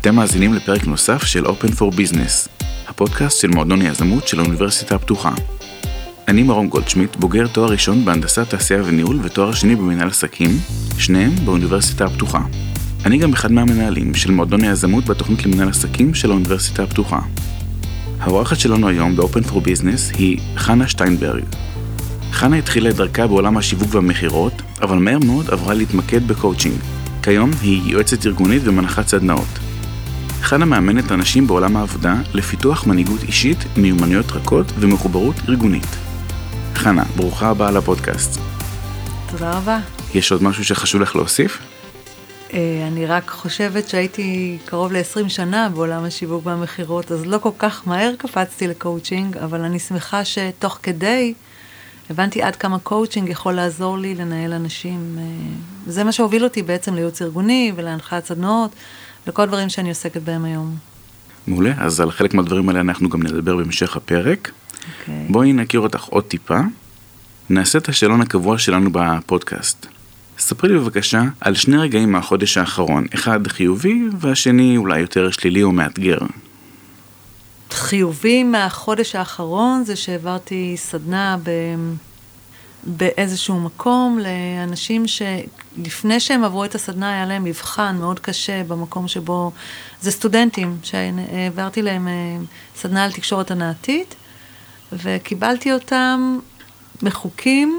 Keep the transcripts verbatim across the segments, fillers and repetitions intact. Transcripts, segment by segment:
אתם מאזינים לפרק נוסף של Open for Business, הפודקאסט של מועדון היזמות של האוניברסיטה הפתוחה. אני מרום גולדשמיט, בוגר תואר ראשון בהנדסת תעשייה וניהול ותואר שני במנהל עסקים, שניהם באוניברסיטה הפתוחה. אני גם אחד מהמנהלים של מועדון היזמות בתוכנית למנהל עסקים של האוניברסיטה הפתוחה. האורחת שלנו היום ב-Open for Business היא חנה שטיינברג. חנה התחילה את דרכה בעולם השיווק והמחירות, אבל מהר מאוד עברה להתמקד בקואוצ'ינג. כיום היא יועצת ארגונית ומנחת סדנאות. חנה מאמנת אנשים בעולם העבודה לפיתוח מנהיגות אישית, מיומנויות רכות ומחוברות ארגונית. חנה, ברוכה הבאה לפודקאסט. תודה רבה. יש עוד משהו שחשוב לך להוסיף? אני רק חושבת שהייתי קרוב ל-עשרים שנה בעולם השיווק והמחירות, אז לא כל כך מהר קפצתי לקואוצ'ינג, אבל אני שמחה שתוך כדי הבנתי עד כמה קואוצ'ינג יכול לעזור לי לנהל אנשים. זה מה שהוביל אותי בעצם לייעוץ ארגוני ולהנחת סדנאות, לכל דברים שאני עוסקת בהם היום. מעולה, אז על חלק מהדברים האלה אנחנו גם נדבר במשך הפרק. Okay. בואי נכיר אותך עוד טיפה. נעשה את השאלון הקבוע שלנו בפודקאסט. ספרי לי בבקשה על שני רגעים מהחודש האחרון, אחד חיובי והשני אולי יותר שלילי או מאתגר. חיובי מהחודש האחרון זה שהעברתי סדנה ב... באיזשהו מקום לאנשים שלפני שהם עברו את הסדנה היה להם מבחן מאוד קשה במקום שבו, זה סטודנטים שהעברתי להם סדנה על תקשורת הנעתית, וקיבלתי אותם מחוקים,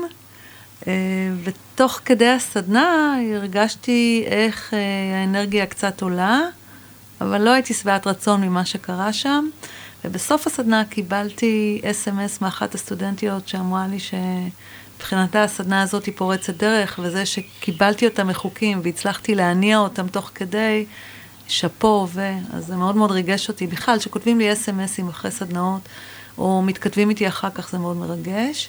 ותוך כדי הסדנה הרגשתי איך האנרגיה קצת עולה, אבל לא הייתי שבעת רצון ממה שקרה שם, ובסוף הסדנה קיבלתי אס אם אס מאחת הסטודנטיות שאמרה לי שבחינתה הסדנה הזאת היא פורצת דרך, וזה שקיבלתי אותם מחוקים והצלחתי להניע אותם תוך כדי שפו, אז זה מאוד מאוד ריגש אותי. בכלל, שכותבים לי אס אם אסים אחרי סדנאות, או מתכתבים איתי אחר כך, זה מאוד מרגש.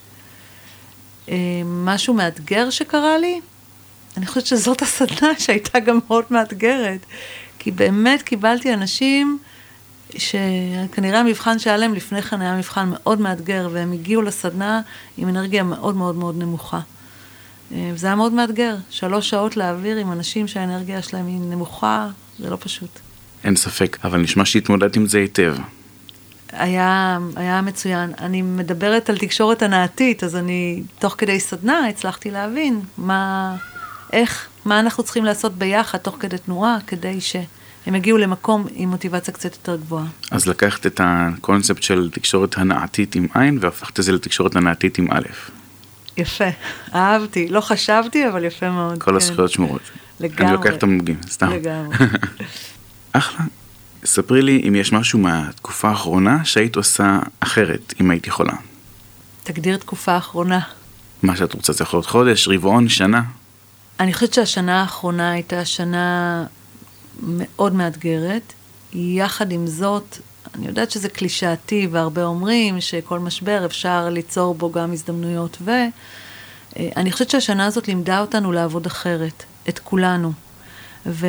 משהו מאתגר שקרה לי, אני חושבת שזאת הסדנה שהייתה גם מאוד מאתגרת, כי באמת קיבלתי אנשים שכנראה המבחן שהיה להם לפני כן היה מבחן מאוד מאתגר, והם הגיעו לסדנה עם אנרגיה מאוד מאוד מאוד נמוכה. זה היה מאוד מאתגר, שלוש שעות להעביר עם אנשים שהאנרגיה שלהם היא נמוכה, זה לא פשוט. אין ספק, אבל נשמע שהתמודדת עם זה היטב. היה, היה מצוין. אני מדברת על תקשורת הנעתית, אז אני תוך כדי סדנה הצלחתי להבין מה, איך, מה אנחנו צריכים לעשות ביחד תוך כדי תנועה, כדי שהם הגיעו למקום עם מוטיבציה קצת יותר גבוהה. אז לקחת את הקונספט של תקשורת הנעתית עם עין, והפכת את זה לתקשורת הנעתית עם א'. יפה, אהבתי. לא חשבתי, אבל יפה מאוד. כל כן. הזכויות שמורות. לגמרי. אני לוקח את המוגים, סתם. לגמרי. אחלה. ספרי לי אם יש משהו מהתקופה האחרונה שהיית עושה אחרת, אם היית יכולה. תגדיר תקופה האחרונה. מה שאת רוצה, זה יכול להיות חודש, רבעון, שנה. אני חושבת שהשנה האחרונה הייתה שנה מאוד מאתגרת. יחד עם זאת, אני יודעת שזה קלישאתי, והרבה אומרים שכל משבר אפשר ליצור בו גם הזדמנויות, ואני חושבת שהשנה הזאת לימדה אותנו לעבוד אחרת, את כולנו. ו...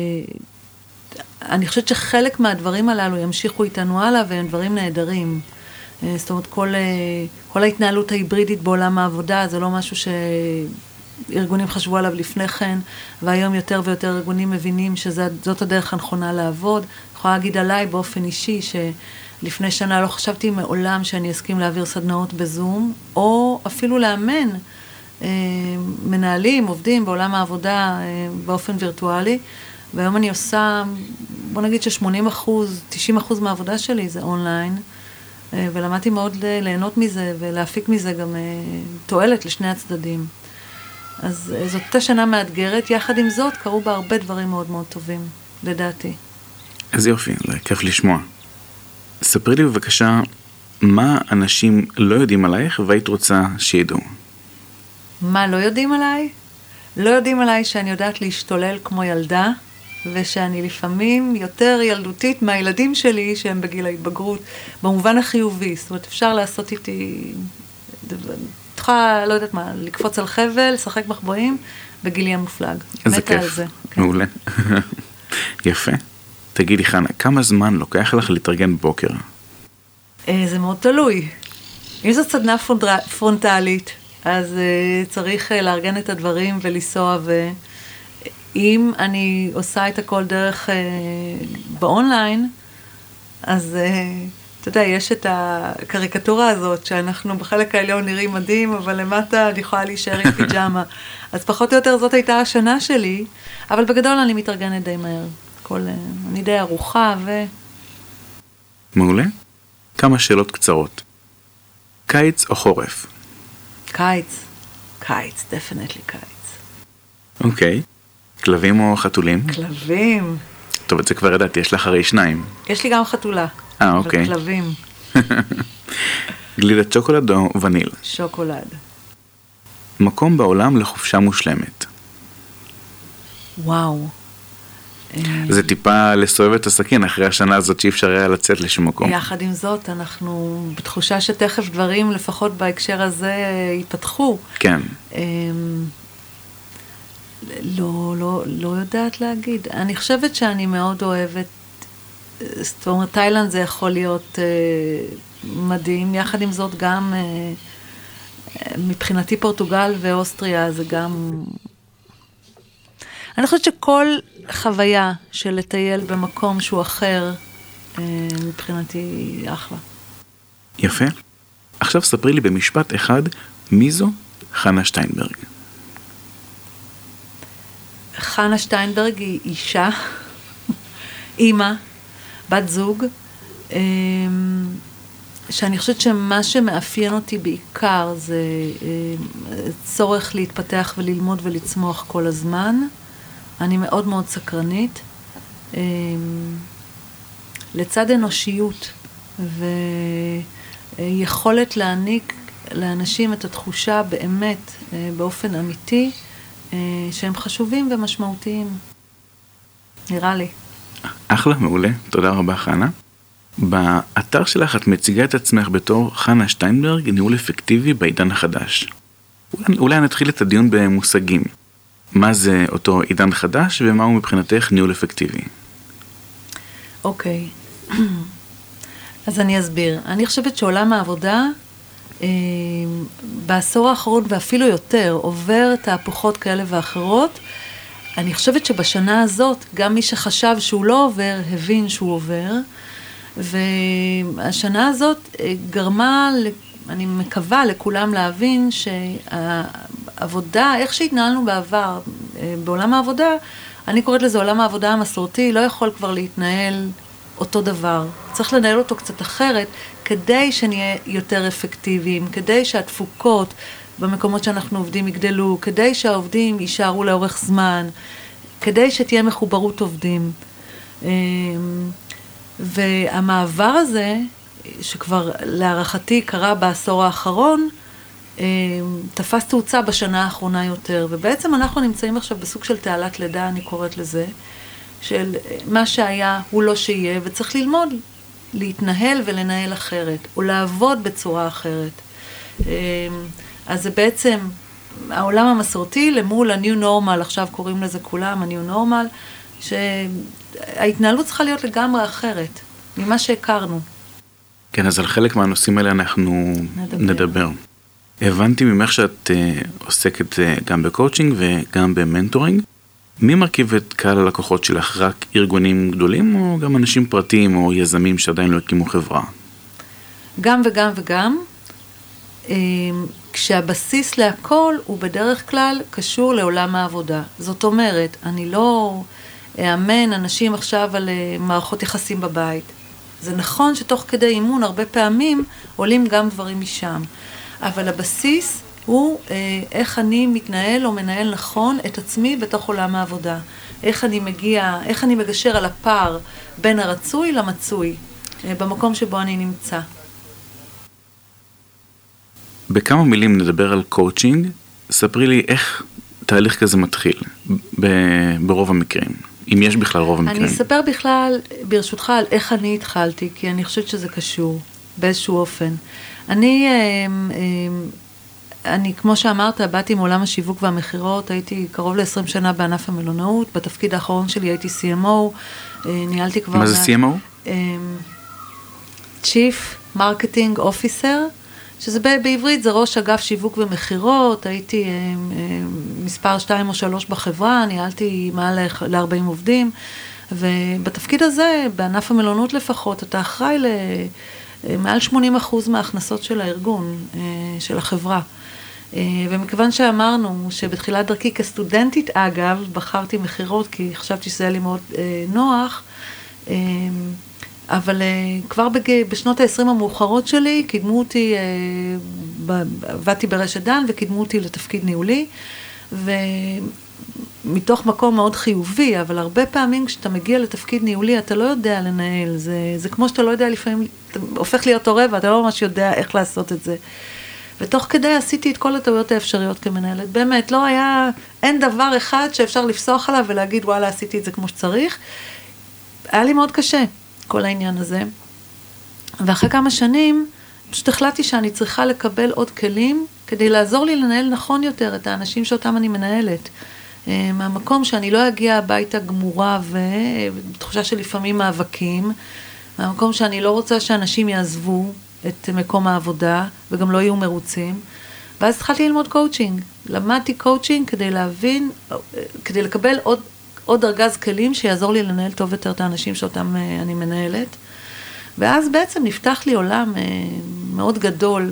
אני חושבת שחלק מהדברים הללו ימשיכו איתנו הלאה, והם דברים נהדרים. זאת אומרת, כל, כל ההתנהלות ההיברידית בעולם העבודה, זה לא משהו שארגונים חשבו עליו לפני כן, והיום יותר ויותר ארגונים מבינים שזאת הדרך הנכונה לעבוד. אני יכולה להגיד עליי באופן אישי, שלפני שנה לא חשבתי מעולם שאני אסכים להעביר סדנאות בזום, או אפילו לאמן מנהלים, עובדים בעולם העבודה באופן וירטואלי, והיום אני עושה, בוא נגיד ש-שמונים אחוז, תשעים אחוז מהעבודה שלי זה אונליין, ולמדתי מאוד ליהנות מזה ולהפיק מזה גם תועלת לשני הצדדים. אז זאת הייתה שנה מאתגרת, יחד עם זאת קרו בה הרבה דברים מאוד מאוד טובים, לדעתי. איזה יופי, זה כיף לשמוע. ספרי לי בבקשה, מה אנשים לא יודעים עלייך והיית רוצה שידעו? מה לא יודעים עליי? לא יודעים עליי שאני יודעת להשתולל כמו ילדה, ושאני לפעמים יותר ילדותית מהילדים שלי שהם בגיל ההתבגרות, במובן החיובי. זאת אומרת, אפשר לעשות איתי, איתך, לא יודעת מה, לקפוץ על חבל, לשחק מחבואים, בגילי המופלג. איזה כיף, זה. מעולה. יפה. תגידי חנה, כמה זמן לוקח לך להתארגן בוקר? זה מאוד תלוי. אם זו סדנה פרונטלית, אז צריך לארגן את הדברים ולנסוע, אם אני עושה את הכל דרך, אה, באונליין, אז אה, אתה יודע, יש את הקריקטורה הזאת, שאנחנו בחלק העליון נראים מדהים, אבל למטה אני יכולה להישאר עם פיג'מה. אז פחות או יותר זאת הייתה השנה שלי, אבל בגדול אני מתארגנת די מהר. כל, אה, אני די ארוחה ו... מעולה. כמה שאלות קצרות. קיץ או חורף? קיץ. קיץ, definitely קיץ. אוקיי. כלבים או חתולים? כלבים. טוב, את זה כבר ידעתי, יש לך הרי שניים. יש לי גם חתולה. אה, אוקיי. וכלבים. גלידת שוקולד או וניל? שוקולד. מקום בעולם לחופשה מושלמת. וואו. זה טיפה לסובב את הסכין אחרי השנה הזאת שאי אפשר היה לצאת לשום מקום. יחד עם זאת, אנחנו בתחושה שתכף דברים, לפחות בהקשר הזה, ייפתחו. כן. לא, לא, לא יודעת להגיד. אני חושבת שאני מאוד אוהבת, זאת אומרת, תאילנד זה יכול להיות מדהים. יחד עם זאת, גם מבחינתי פורטוגל ואוסטריה זה גם... אני חושבת שכל חוויה של לטייל במקום שהוא אחר, מבחינתי אחלה. יפה. עכשיו ספרי לי במשפט אחד, מי זו חנה שטיינברג? חנה שטיינברג היא אישה, אימא, בת זוג, שאני חושבת שמה שמאפיין אותי בעיקר זה צורך להתפתח וללמוד ולצמוח כל הזמן. אני מאוד מאוד סקרנית, לצד אנושיות ויכולת להעניק לאנשים את התחושה באמת, באופן אמיתי, שהם חשובים ומשמעותיים. נראה לי. אחלה, מעולה. תודה רבה, חנה. באתר שלך את מציגה את עצמך בתור חנה שטיינברג, ניהול אפקטיבי בעידן החדש. אולי, אולי נתחיל את הדיון במושגים. מה זה אותו עידן חדש ומה הוא מבחינתך ניהול אפקטיבי? אוקיי. אז אני אסביר. אני חושבת שעולם העבודה, אה, בעשור האחרון ואפילו יותר, עובר תהפוכות כאלה ואחרות. אני חושבת שבשנה הזאת, גם מי שחשב שהוא לא עובר, הבין שהוא עובר. והשנה הזאת גרמה, אני מקווה לכולם להבין שהעבודה, איך שהתנהלנו בעבר, בעולם העבודה, אני קוראת לזה עולם העבודה המסורתי, לא יכול כבר להתנהל אותו דבר. צריך לנהל אותו קצת אחרת, כדי שנהיה יותר אפקטיביים, כדי שהתפוקות במקומות שאנחנו עובדים יגדלו, כדי שהעובדים יישארו לאורך זמן, כדי שתהיה מחוברות עובדים. והמעבר הזה, שכבר להערכתי קרה בעשור האחרון, תפס תאוצה בשנה האחרונה יותר, ובעצם אנחנו נמצאים עכשיו בסוג של תעלת לידה, אני קוראת לזה, של מה שהיה הוא לא שיהיה, וצריך ללמוד להתנהל ולנהל אחרת, או לעבוד בצורה אחרת. אז זה בעצם העולם המסורתי למול ה-New Normal, עכשיו קוראים לזה כולם, ה-New Normal, שההתנהלות צריכה להיות לגמרי אחרת, ממה שהכרנו. כן, אז על חלק מהנושאים האלה אנחנו נדבר. נדבר. הבנתי ממך שאת uh, עוסקת uh, גם בקואוצ'ינג וגם במנטורינג. מי מרכיב את קהל הלקוחות שלך? רק ארגונים גדולים או גם אנשים פרטיים או יזמים שעדיין לא הקימו חברה? גם וגם וגם. כשהבסיס להכל הוא בדרך כלל קשור לעולם העבודה. זאת אומרת, אני לא אאמן אנשים עכשיו על מערכות יחסים בבית. זה נכון שתוך כדי אימון הרבה פעמים עולים גם דברים משם. אבל הבסיס הוא איך אני מתנהל או מנהל נכון את עצמי בתוך עולם העבודה. איך אני מגיע, איך אני מגשר על הפער בין הרצוי למצוי, במקום שבו אני נמצא. בכמה מילים נדבר על קואוצ'ינג. ספרי לי איך תהליך כזה מתחיל, ב- ברוב המקרים, אם יש בכלל רוב המקרים. אני אספר בכלל, ברשותך, על איך אני התחלתי, כי אני חושבת שזה קשור, באיזשהו אופן. אני, אני, כמו שאמרת, באתי מעולם השיווק והמחירות, הייתי קרוב ל-עשרים שנה בענף המלונאות, בתפקיד האחרון שלי הייתי סי אם או, ניהלתי כבר... מה זה סי אם או? Chief Marketing Officer, שזה בעברית זה ראש אגף שיווק ומחירות, הייתי מספר שתיים או שלוש בחברה, ניהלתי מעל ל-ארבעים עובדים, ובתפקיד הזה, בענף המלונות לפחות, אתה אחראי למעל שמונים אחוז מההכנסות של הארגון, של החברה. ומכיוון שאמרנו שבתחילת דרכי כסטודנטית, אגב, בחרתי מחירות, כי חשבתי שזה היה לי מאוד נוח, אבל כבר בשנות ה-עשרים המאוחרות שלי, קידמו אותי, עבדתי ברשת דן וקידמו אותי לתפקיד ניהולי, ומתוך מקום מאוד חיובי, אבל הרבה פעמים כשאתה מגיע לתפקיד ניהולי, אתה לא יודע לנהל, זה, זה כמו שאתה לא יודע לפעמים, אתה הופך להיות הורה ואתה לא ממש יודע איך לעשות את זה. ותוך כדי עשיתי את כל הטעויות האפשריות כמנהלת. באמת, לא היה, אין דבר אחד שאפשר לפסוח עליו ולהגיד, וואלה, עשיתי את זה כמו שצריך. היה לי מאוד קשה, כל העניין הזה. ואחרי כמה שנים, פשוט החלטתי שאני צריכה לקבל עוד כלים, כדי לעזור לי לנהל נכון יותר את האנשים שאותם אני מנהלת. מהמקום שאני לא אגיע הביתה גמורה ובתחושה של לפעמים מאבקים, מהמקום שאני לא רוצה שאנשים יעזבו, את מקום העבודה, וגם לא יהיו מרוצים. ואז התחלתי ללמוד קואוצ'ינג. למדתי קואוצ'ינג כדי להבין, כדי לקבל עוד, עוד ארגז כלים שיעזור לי לנהל טוב יותר את האנשים שאותם אני מנהלת. ואז בעצם נפתח לי עולם מאוד גדול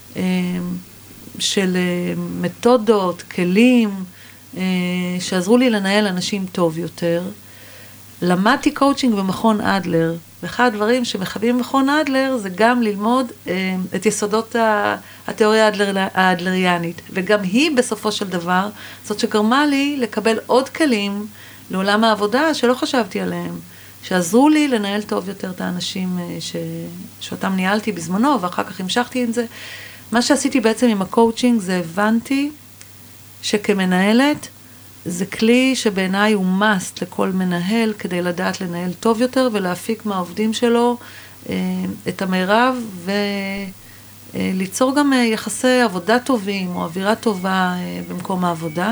של מתודות, כלים, שעזרו לי לנהל אנשים טוב יותר. למדתי קואוצ'ינג במכון אדלר, ואחד הדברים שמחווים במכון אדלר זה גם ללמוד אה, את יסודות התיאוריה האדלר, האדלריאנית, וגם היא בסופו של דבר, זאת שגרמה לי לקבל עוד כלים לעולם העבודה שלא חשבתי עליהם, שעזרו לי לנהל טוב יותר את האנשים ש... שאותם ניהלתי בזמנו, ואחר כך המשכתי עם זה. מה שעשיתי בעצם עם הקואוצ'ינג זה הבנתי שכמנהלת, זה כלי שבעיניי הוא must לכל מנהל, כדי לדעת לנהל טוב יותר ולהפיק מהעובדים שלו את המרב, וליצור גם יחסי עבודה טובים או אווירה טובה במקום העבודה.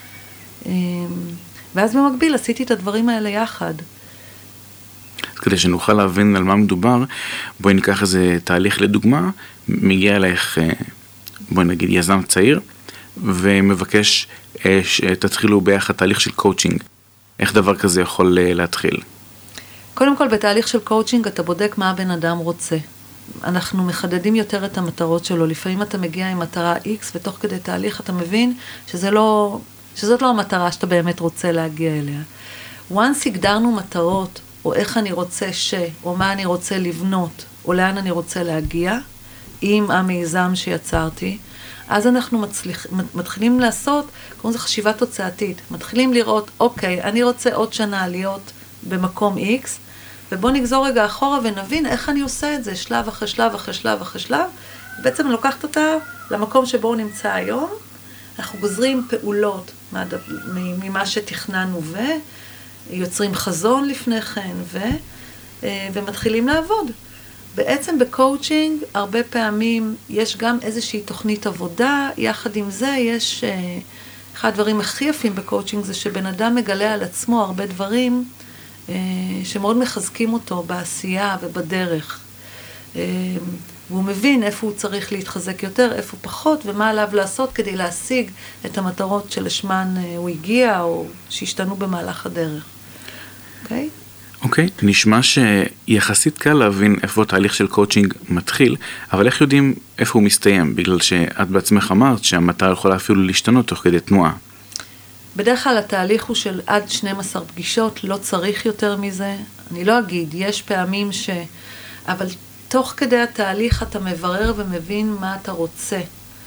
ואז במקביל עשיתי את הדברים האלה יחד. כדי שנוכל להבין על מה מדובר, בואי ניקח איזה תהליך לדוגמה, מגיע אלייך, בואי נגיד יזם צעיר, ומבקש שתתחילו ביחד תהליך של קואוצ'ינג. איך דבר כזה יכול להתחיל? קודם כל, בתהליך של קואוצ'ינג אתה בודק מה הבן אדם רוצה. אנחנו מחדדים יותר את המטרות שלו. לפעמים אתה מגיע עם מטרה X, ותוך כדי תהליך אתה מבין שזה לא, שזאת לא המטרה שאתה באמת רוצה להגיע אליה. once הגדרנו מטרות, או איך אני רוצה ש, או מה אני רוצה לבנות, או לאן אני רוצה להגיע, עם המיזם שיצרתי, אז אנחנו מצליח, מתחילים לעשות, כמו זה חשיבה תוצאתית, מתחילים לראות, אוקיי, אני רוצה עוד שנה להיות במקום X, ובוא נגזור רגע אחורה ונבין איך אני עושה את זה, שלב אחרי שלב אחרי שלב אחרי שלב, בעצם אני לוקחת אותה למקום שבו הוא נמצא היום, אנחנו גוזרים פעולות ממה שתכננו ויוצרים חזון לפני כן, ו, ומתחילים לעבוד. בעצם בקואוצ'ינג הרבה פעמים יש גם איזושהי תוכנית עבודה, יחד עם זה יש, אחד הדברים הכי יפים בקואוצ'ינג זה שבן אדם מגלה על עצמו הרבה דברים שמאוד מחזקים אותו בעשייה ובדרך. והוא מבין איפה הוא צריך להתחזק יותר, איפה פחות, ומה עליו לעשות כדי להשיג את המטרות שלשמן הוא הגיע או שהשתנו במהלך הדרך. אוקיי? אוקיי, נשמע שיחסית קל להבין איפה התהליך של קואוצ'ינג מתחיל, אבל איך יודעים איפה הוא מסתיים? בגלל שאת בעצמך אמרת שהמטרה יכולה אפילו להשתנות תוך כדי תנועה. בדרך כלל התהליך הוא של עד שתים עשרה פגישות, לא צריך יותר מזה. אני לא אגיד, יש פעמים ש... אבל תוך כדי התהליך אתה מברר ומבין מה אתה רוצה.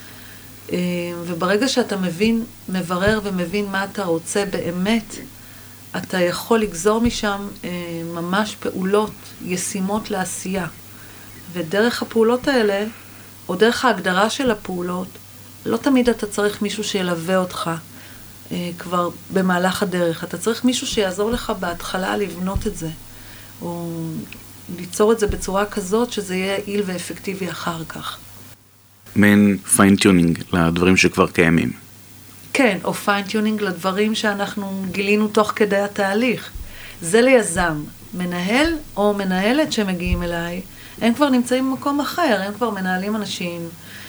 וברגע שאתה מבין, מברר ומבין מה אתה רוצה באמת, אתה יכול לגזור משם ממש פעולות ישימות לעשייה. ודרך הפעולות האלה, או דרך ההגדרה של הפעולות, לא תמיד אתה צריך מישהו שילווה אותך כבר במהלך הדרך. אתה צריך מישהו שיעזור לך בהתחלה לבנות את זה, או ליצור את זה בצורה כזאת שזה יהיה יעיל ואפקטיבי אחר כך. מעין פיינטיונינג לדברים שכבר קיימים. כן, או פיינטיונינג לדברים שאנחנו גילינו תוך כדי התהליך. זה ליזם, מנהל או מנהלת שמגיעים אליי, הם כבר נמצאים במקום אחר, הם כבר מנהלים אנשים,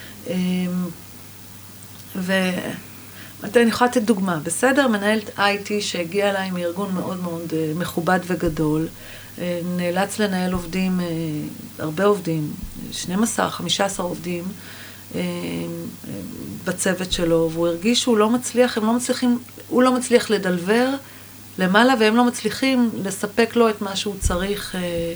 ואני יכולה לתת דוגמה, בסדר? מנהלת איי טי שהגיעה אליי מארגון מאוד מאוד מכובד וגדול, נאלץ לנהל עובדים, הרבה עובדים, שנים עשר, חמישה עשר עובדים בצוות שלו, והוא הרגיש שהוא לא מצליח, הם לא מצליחים, הוא לא מצליח לדלבר למעלה, והם לא מצליחים לספק לו את מה שהוא צריך,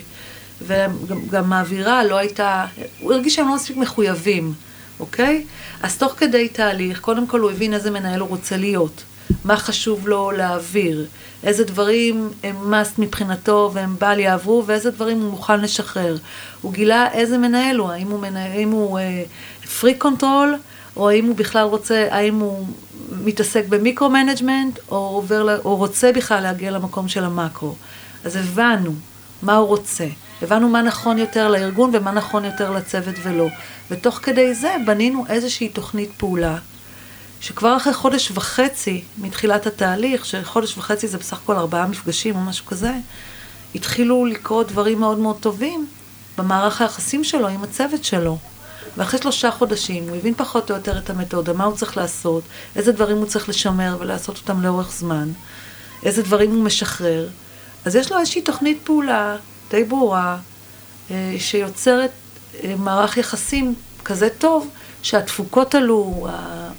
וגם האווירה לא הייתה, הוא הרגיש שהם לא מספיק מחויבים, אוקיי? אז תוך כדי תהליך, קודם כל הוא הבין איזה מנהל הוא רוצה להיות, מה חשוב לו להעביר, איזה דברים הם מאסט מבחינתו והם בל יעברו, ואיזה דברים הוא מוכן לשחרר. הוא גילה איזה מנהל הוא, האם הוא, מנהל, האם הוא פרי קונטרול, או האם הוא בכלל רוצה, האם הוא מתעסק במיקרו-מנג'מנט, או, עובר, או רוצה בכלל להגיע למקום של המקרו. אז הבנו מה הוא רוצה. הבנו מה נכון יותר לארגון ומה נכון יותר לצוות ולא. ותוך כדי זה בנינו איזושהי תוכנית פעולה, שכבר אחרי חודש וחצי מתחילת התהליך, שחודש וחצי זה בסך הכל ארבעה מפגשים או משהו כזה, התחילו לקרות דברים מאוד מאוד טובים במערך היחסים שלו עם הצוות שלו. ואחרי שלושה חודשים הוא הבין פחות או יותר את המתודה, מה הוא צריך לעשות, איזה דברים הוא צריך לשמר ולעשות אותם לאורך זמן, איזה דברים הוא משחרר. אז יש לו איזושהי תוכנית פעולה די ברורה, שיוצרת מערך יחסים כזה טוב, שהתפוקות עלו,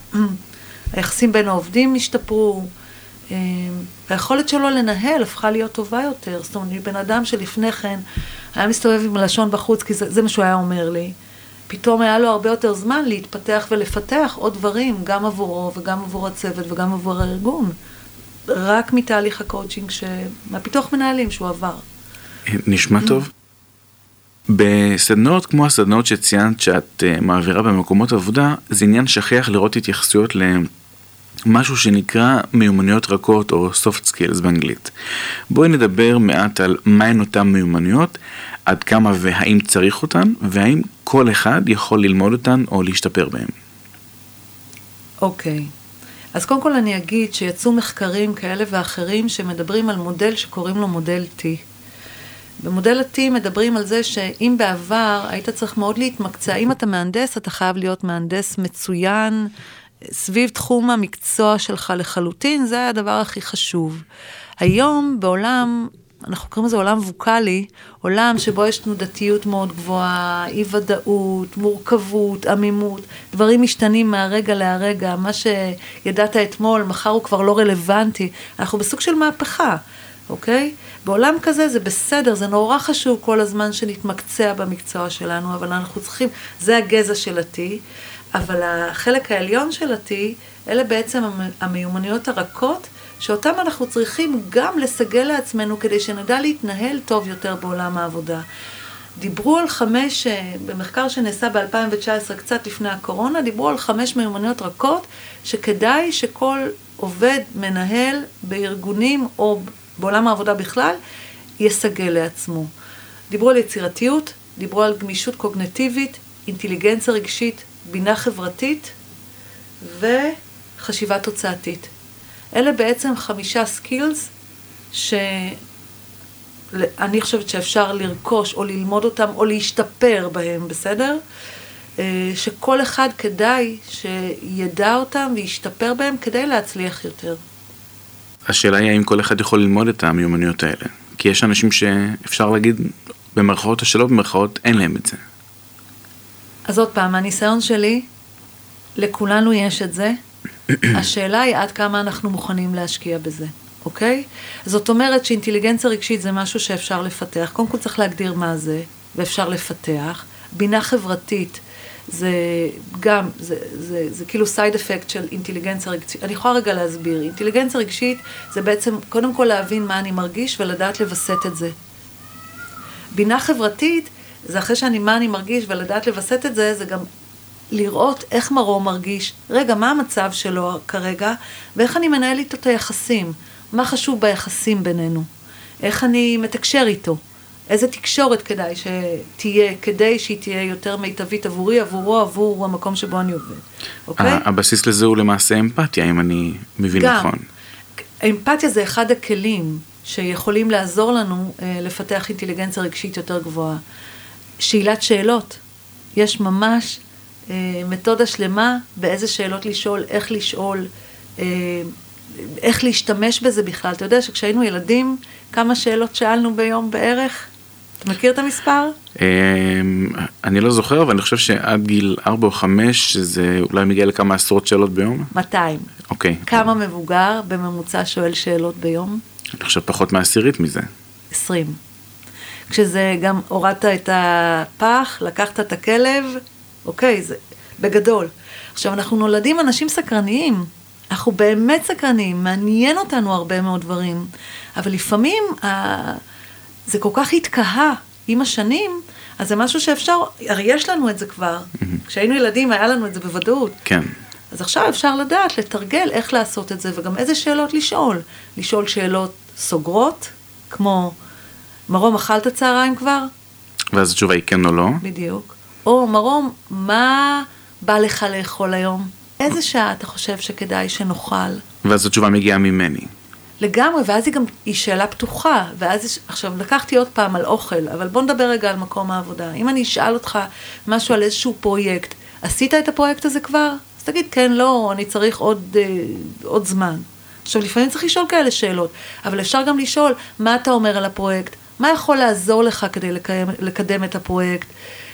היחסים בין העובדים השתפרו, היכולת שלו לנהל הפכה להיות טובה יותר. זאת אומרת, בן אדם שלפני כן היה מסתובב עם לשון בחוץ, כי זה, זה מה שהוא היה אומר לי, פתאום היה לו הרבה יותר זמן להתפתח ולפתח עוד דברים, גם עבורו וגם עבור הצוות וגם עבור הארגון, רק מתהליך הקואוצ'ינג, מהפיתוח מנהלים שהוא עבר. נשמע טוב. בסדנאות כמו הסדנאות שציינת שאת מעבירה במקומות עבודה, זה עניין שכיח לראות התייחסויות למשהו שנקרא מיומנויות רכות או soft skills באנגלית. בואי נדבר מעט על מהן אותן מיומנויות, עד כמה והאם צריך אותן, והאם כל אחד יכול ללמוד אותן או להשתפר בהן. אוקיי. אז קודם כל אני אגיד שיצאו מחקרים כאלה ואחרים שמדברים על מודל שקוראים לו מודל T. במודל ה-T מדברים על זה שאם בעבר היית צריך מאוד להתמקצע, אם אתה מהנדס, אתה חייב להיות מהנדס מצוין, סביב תחום המקצוע שלך לחלוטין, זה היה הדבר הכי חשוב. היום בעולם, אנחנו קוראים לזה עולם ווקלי, עולם שבו יש תנודתיות מאוד גבוהה, אי ודאות, מורכבות, עמימות, דברים משתנים מהרגע להרגע, מה שידעת אתמול, מחר הוא כבר לא רלוונטי, אנחנו בסוג של מהפכה. אוקיי? בעולם כזה זה בסדר, זה נורא חשוב כל הזמן שנתמקצע במקצוע שלנו, אבל אנחנו צריכים, זה הגזע של ה-T, אבל החלק העליון של ה-T, אלה בעצם המיומנויות הרכות, שאותם אנחנו צריכים גם לסגל לעצמנו, כדי שנדע להתנהל טוב יותר בעולם העבודה. דיברו על חמש, במחקר שנעשה ב-אלפיים תשע עשרה, קצת לפני הקורונה, דיברו על חמש מיומנויות רכות, שכדאי שכל עובד מנהל בארגונים או בעולם העבודה בכלל, יסגל לעצמו. דיברו על יצירתיות, דיברו על גמישות קוגניטיבית, אינטליגנציה רגשית, בינה חברתית וחשיבה תוצאתית. אלה בעצם חמישה סקילס שאני חושבת שאפשר לרכוש או ללמוד אותם או להשתפר בהם, בסדר? שכל אחד כדאי שידע אותם וישתפר בהם כדי להצליח יותר. השאלה היא האם כל אחד יכול ללמוד את המיומנויות האלה. כי יש אנשים שאפשר להגיד במרכאות או שלא במרכאות, אין להם את זה. אז עוד פעם, הניסיון שלי, לכולנו יש את זה. השאלה היא עד כמה אנחנו מוכנים להשקיע בזה, אוקיי? זאת אומרת שאינטליגנציה רגשית זה משהו שאפשר לפתח. קודם כל צריך להגדיר מה זה, ואפשר לפתח. בינה חברתית, זה גם, זה, זה, זה כאילו סייד אפקט של אינטליגנציה רגשית. אני יכולה רגע להסביר. אינטליגנציה רגשית זה בעצם קודם כל להבין מה אני מרגיש ולדעת לבסט את זה. בינה חברתית זה אחרי שאני מה אני מרגיש ולדעת לבסט את זה, זה גם לראות איך מרום מרגיש, רגע, מה המצב שלו כרגע, ואיך אני מנהל איתו את היחסים, מה חשוב ביחסים בינינו, איך אני מתקשר איתו. איזה תקשורת כדאי שתהיה, כדי שהיא תהיה יותר מיטבית עבורי, עבורו, עבור המקום שבו אני עובד. אוקיי? הבסיס לזה הוא למעשה אמפתיה, אם אני מבין נכון. אמפתיה זה אחד הכלים שיכולים לעזור לנו לפתח אינטליגנציה רגשית יותר גבוהה. שאלת שאלות. יש ממש אה, מתודה שלמה באיזה שאלות לשאול, איך לשאול, אה, איך להשתמש בזה בכלל. אתה יודע שכשהיינו ילדים, כמה שאלות שאלנו ביום בערך? אתה מכיר את המספר? אני לא זוכר, אבל אני חושב שעד גיל ארבע או חמש, זה אולי מגיע לכמה עשרות שאלות ביום. מאתיים. אוקיי. כמה מבוגר בממוצע שואל שאלות ביום? אני חושב פחות מעשירית מזה. עשרים. כשזה גם הורדת את הפח, לקחת את הכלב, אוקיי, זה בגדול. עכשיו, אנחנו נולדים אנשים סקרניים, אנחנו באמת סקרניים, מעניין אותנו הרבה מאוד דברים, אבל לפעמים ה... זה כל כך התקהה עם השנים, אז זה משהו שאפשר, הרי יש לנו את זה כבר, mm-hmm. כשהיינו ילדים היה לנו את זה בוודאות. כן. אז עכשיו אפשר לדעת, לתרגל איך לעשות את זה, וגם איזה שאלות לשאול. לשאול שאלות סוגרות, כמו, מרום, אכלת צהריים כבר? ואז התשובה היא כן או לא. בדיוק. או, מרום, מה בא לך לאכול היום? איזה שעה אתה חושב שכדאי שנאכל? ואז התשובה מגיעה ממני. לגמרי, ואז היא גם, היא שאלה פתוחה, ואז, עכשיו, לקחתי עוד פעם על אוכל, אבל בוא נדבר רגע על מקום העבודה. אם אני אשאל אותך משהו על איזשהו פרויקט, עשית את הפרויקט הזה כבר? אז תגיד, כן, לא, אני צריך עוד, אה, עוד זמן. עכשיו, לפעמים צריך לשאול כאלה שאלות, אבל אפשר גם לשאול, מה אתה אומר על הפרויקט? מה יכול לעזור לך כדי לקיים, לקדם את הפרויקט?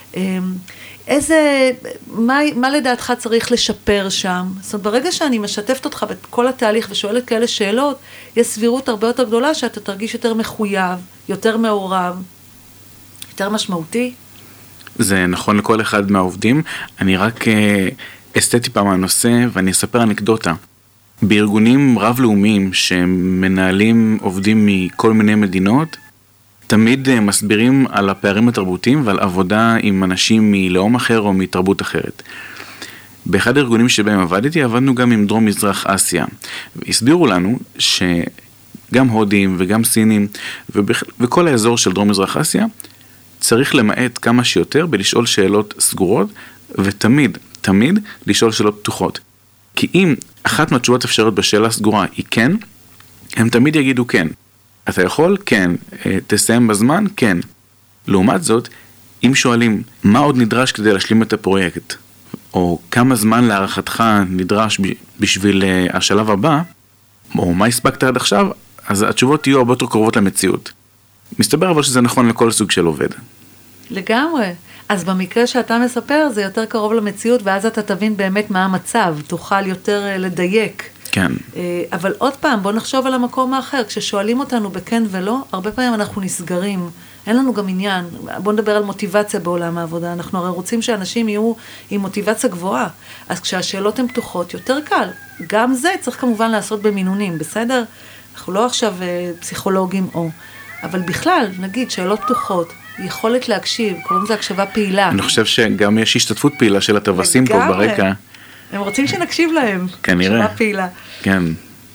איזה, מה, מה לדעתך צריך לשפר שם? זאת אומרת, ברגע שאני משתפת אותך בכל התהליך ושואלת כאלה שאלות, יש סבירות הרבה יותר גדולה שאתה תרגיש יותר מחויב, יותר מעורב, יותר משמעותי. זה נכון לכל אחד מהעובדים. אני רק אסתתי פעם מהנושא ואני אספר אנקדוטה. בארגונים רב-לאומיים שמנהלים עובדים מכל מיני מדינות, תמיד מסבירים על הפערים התרבותיים ועל עבודה עם אנשים מלאום אחר או מתרבות אחרת. באחד הארגונים שבהם עבדתי, עבדנו גם עם דרום מזרח אסיה. הסבירו לנו שגם הודים וגם סינים ובכ... וכל האזור של דרום מזרח אסיה צריך למעט כמה שיותר בלשאול שאלות סגורות, ותמיד, תמיד לשאול שאלות פתוחות. כי אם אחת מהתשובות אפשריות בשאלה סגורה היא כן, הם תמיד יגידו כן. אתה יכול? כן. תסיים בזמן? כן. לעומת זאת, אם שואלים מה עוד נדרש כדי להשלים את הפרויקט, או כמה זמן להערכתך נדרש בשביל השלב הבא, או מה הספקת עד עכשיו, אז התשובות יהיו הרבה יותר קרובות למציאות. מסתבר אבל שזה נכון לכל סוג של עובד. לגמרי. אז במקרה שאתה מספר זה יותר קרוב למציאות, ואז אתה תבין באמת מה המצב, תוכל יותר לדייק. כן. אבל עוד פעם, בוא נחשוב על המקום האחר. כששואלים אותנו בכן ולא, הרבה פעמים אנחנו נסגרים. אין לנו גם עניין. בוא נדבר על מוטיבציה בעולם העבודה. אנחנו הרי רוצים שאנשים יהיו עם מוטיבציה גבוהה. אז כשהשאלות הן פתוחות, יותר קל. גם זה צריך כמובן לעשות במינונים, בסדר? אנחנו לא עכשיו פסיכולוגים או. אבל בכלל, נגיד, שאלות פתוחות, יכולת להקשיב, קוראים לזה הקשבה פעילה. אני חושב שגם יש השתתפות פעילה של הטווסים פה ברקע. הם רוצים שנקשיב להם. כנראה. הקשבה פעילה. כן.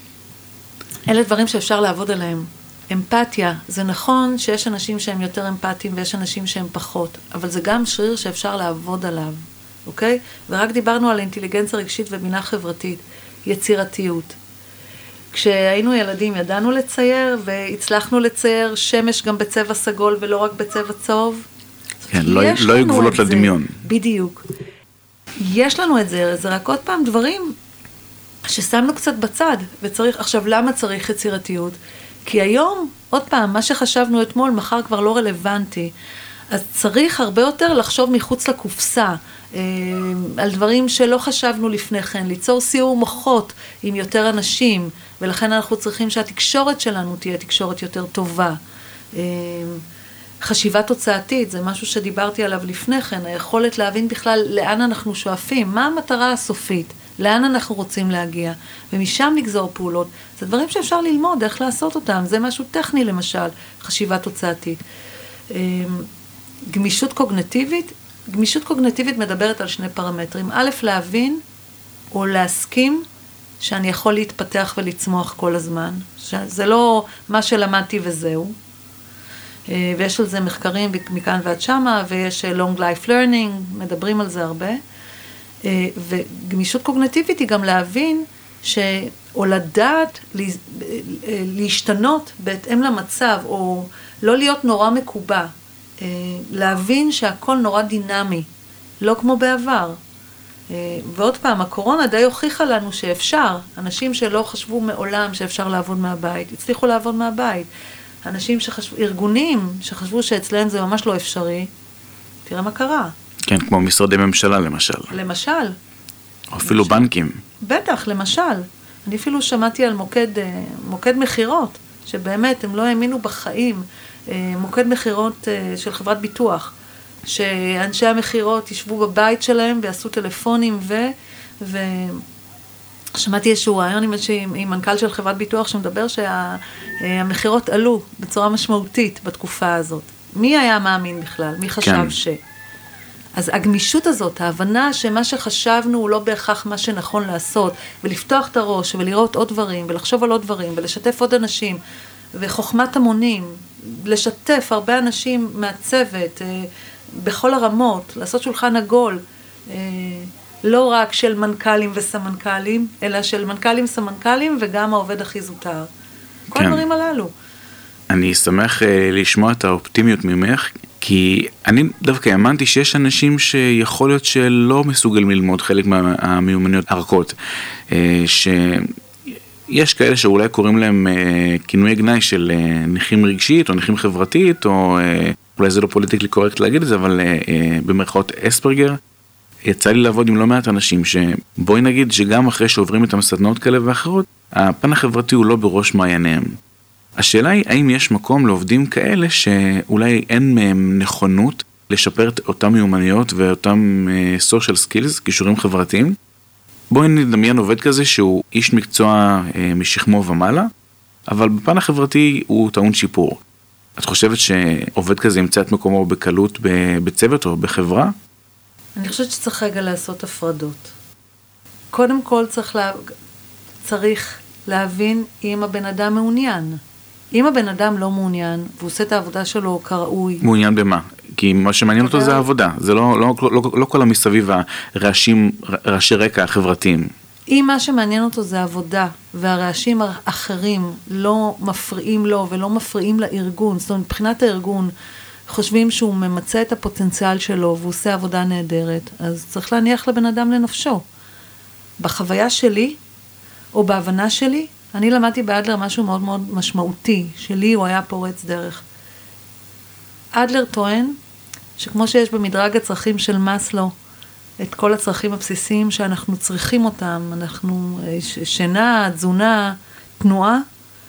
אלה דברים שאפשר לעבוד עליהם. אמפתיה, זה נכון שיש אנשים שהם יותר אמפתיים ויש אנשים שהם פחות, אבל זה גם שריר שאפשר לעבוד עליו, אוקיי? ורק דיברנו על אינטליגנציה רגשית ובינה חברתית, יצירתיות. כשהיינו ילדים ידענו לצייר והצלחנו לצייר שמש גם בצבע סגול ולא רק בצבע צהוב. כן, לא היו גבולות לדמיון. בדיוק. יש לנו את זה, זה רק עוד פעם דברים ששמנו קצת בצד, וצריך, עכשיו למה צריך יצירתיות? כי היום, עוד פעם, מה שחשבנו אתמול, מחר כבר לא רלוונטי, אז צריך הרבה יותר לחשוב מחוץ לקופסה, אה, על דברים שלא חשבנו לפני כן, ליצור סיור מוחות עם יותר אנשים, ולכן אנחנו צריכים שהתקשורת שלנו תהיה תקשורת יותר טובה. אה, חשיבה תוצאתית, זה משהו שדיברתי עליו לפני כן, היכולת להבין בכלל לאן אנחנו שואפים, מה המטרה הסופית, לאן אנחנו רוצים להגיע, ומשם לגזור פעולות. זה דברים שאפשר ללמוד, איך לעשות אותם, זה משהו טכני למשל, חשיבה תוצאתית. גמישות קוגניטיבית, גמישות קוגניטיבית מדברת על שני פרמטרים, א', להבין או להסכים שאני יכול להתפתח ולצמוח כל הזמן, זה לא מה שלמדתי וזהו, ויש על זה מחקרים מכאן ועד שמה, ויש long life learning, מדברים על זה הרבה, וגמישות קוגניטיבית היא גם להבין, ש... או לדעת להשתנות בהתאם למצב, או לא להיות נורא מקובע. להבין שהכל נורא דינמי, לא כמו בעבר. ועוד פעם, הקורונה די הוכיחה לנו שאפשר, אנשים שלא חשבו מעולם שאפשר לעבוד מהבית, הצליחו לעבוד מהבית. אנשים שחשבו, ארגונים שחשבו שאצלם זה ממש לא אפשרי, תראה מה קרה. כן, כמו משרדי ממשלה למשל. למשל. או אפילו למשל. בנקים. בטח, למשל. אני אפילו שמעתי על מוקד, מוקד מחירות, שבאמת הם לא האמינו בחיים, מוקד מחירות של חברת ביטוח, שאנשי המחירות ישבו בבית שלהם ויעשו טלפונים ו... ו... שמעתי איזשהו רעיון עם, עם מנכ"ל של חברת ביטוח שמדבר שהמחירות עלו בצורה משמעותית בתקופה הזאת. מי היה מאמין בכלל? מי חשב כן. ש... אז הגמישות הזאת, ההבנה שמה שחשבנו הוא לא בהכרח מה שנכון לעשות, ולפתוח את הראש ולראות עוד דברים, ולחשוב על עוד דברים, ולשתף עוד אנשים, וחוכמת המונים, לשתף הרבה אנשים מהצוות, בכל הרמות, לעשות שולחן עגול, לא רק של מנכ"לים וסמנכ"לים, אלא של מנכ"לים וסמנכ"לים, וגם העובד הכי זוטר. כל הדברים הללו. אני שמח לשמוע את האופטימיות ממך, כי אני דווקא האמנתי שיש אנשים שיכול להיות שלא מסוגלים ללמוד חלק מהמיומנויות הרכות, שיש כאלה שאולי קוראים להם כינוי גנאי של נכים רגשית או נכים חברתית, או אולי זה לא פוליטיקלי קורקט להגיד את זה, אבל במרכאות אספרגר. יצא לי לעבוד עם לא מעט אנשים שבואי נגיד שגם אחרי שעוברים את המסדנאות כאלה ואחרות, הפן החברתי הוא לא בראש מעייניהם. השאלה היא, האם יש מקום לעובדים כאלה שאולי אין מהם נכונות לשפר את אותם מיומנויות ואותם social skills, קישורים חברתיים? בואי נדמיין עובד כזה שהוא איש מקצוע משכמו ומעלה, אבל בפן החברתי הוא טעון שיפור. את חושבת שעובד כזה ימצא את מקומו בקלות בצוות או בחברה? אני חושבת שצריך רגע לעשות הפרדות. קודם כל צריך, לה... צריך להבין אם הבן אדם מעוניין. אם הבן אדם לא מעוניין, והוא עושה את העבודה שלו כראוי. מעוניין במה? כי מה שמעניין אותו זה העבודה. זה לא, לא, לא, לא, לא כל המסביב הרעשים, רעשי רקע החברתיים. אם מה שמעניין אותו זה עבודה, והרעשים האחרים לא מפריעים לו ולא מפריעים לארגון, זאת אומרת, מבחינת הארגון, חושבים שהוא ממצא את הפוטנציאל שלו והוא עושה עבודה נהדרת, אז צריך להניח לבן אדם לנפשו. בחוויה שלי, או בהבנה שלי, אני למדתי באדלר משהו מאוד מאוד משמעותי, שלי הוא היה פורץ דרך. אדלר טוען שכמו שיש במדרג הצרכים של מאסלו, את כל הצרכים הבסיסיים שאנחנו צריכים אותם, אנחנו שינה, תזונה, תנועה,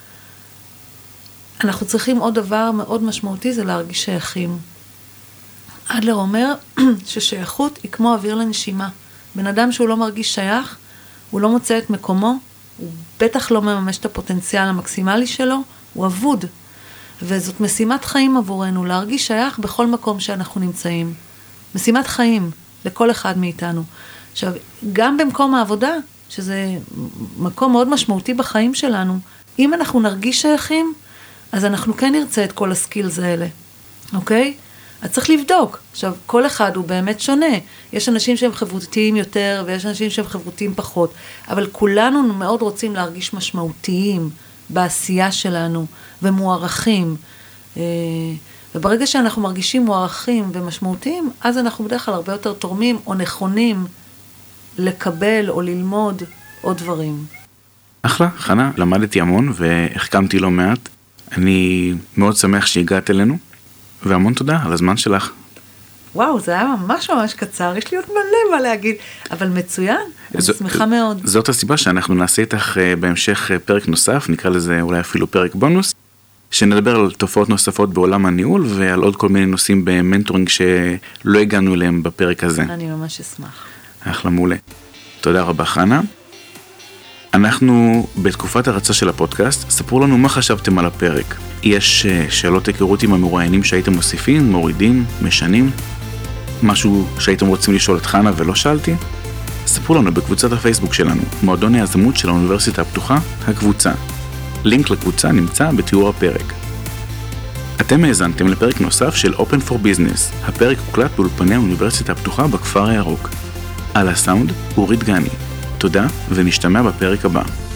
אנחנו צריכים עוד דבר מאוד משמעותי, זה להרגיש שייכים. אדלר אומר ששייכות היא כמו אוויר לנשימה. בן אדם שהוא לא מרגיש שייך, הוא לא מוצא את מקומו, הוא בטח לא מממש את הפוטנציאל המקסימלי שלו, הוא אבוד. וזאת משימת חיים עבורנו, להרגיש שייך בכל מקום שאנחנו נמצאים. משימת חיים לכל אחד מאיתנו. עכשיו, גם במקום העבודה, שזה מקום מאוד משמעותי בחיים שלנו, אם אנחנו נרגיש שייכים, אז אנחנו כן נרצה את כל הסקילס האלה, אוקיי? אז צריך לבדוק. עכשיו, כל אחד הוא באמת שונה. יש אנשים שהם חברותיים יותר, ויש אנשים שהם חברותיים פחות, אבל כולנו מאוד רוצים להרגיש משמעותיים בעשייה שלנו, ומוערכים. וברגע שאנחנו מרגישים מוערכים ומשמעותיים, אז אנחנו בדרך כלל הרבה יותר תורמים, או נכונים לקבל או ללמוד עוד דברים. אחלה, חנה, למדתי המון והחכמתי לא מעט. אני מאוד שמח שהגעת אלינו, והמון תודה על הזמן שלך. וואו, זה היה ממש ממש קצר, יש לי עוד מלא מה להגיד, אבל מצוין, אני שמחה מאוד. זאת הסיבה שאנחנו נעשה איתך בהמשך פרק נוסף, נקרא לזה אולי אפילו פרק בונוס, שנדבר על תופעות נוספות בעולם הניהול, ועל עוד כל מיני נושאים במנטורינג שלא הגענו אליהם בפרק הזה. אני ממש אשמח. אחלה, מעולה. תודה רבה, חנה. אנחנו בתקופת הרצה של הפודקאסט, ספרו לנו מה חשבתם על הפרק. יש שאלות היכרות עם המרואיינים שהייתם מוסיפים, מורידים, משנים? משהו שהייתם רוצים לשאול את חנה ולא שאלתי? ספרו לנו בקבוצת הפייסבוק שלנו, מועדון היזמות של האוניברסיטה הפתוחה, הקבוצה. לינק לקבוצה נמצא בתיאור הפרק. אתם האזנתם לפרק נוסף של Open for Business. הפרק הוקלט באולפני האוניברסיטה הפתוחה בכפר הירוק. על הסאונד, אורית גני. תודה, ונשתמע בפרק הבא.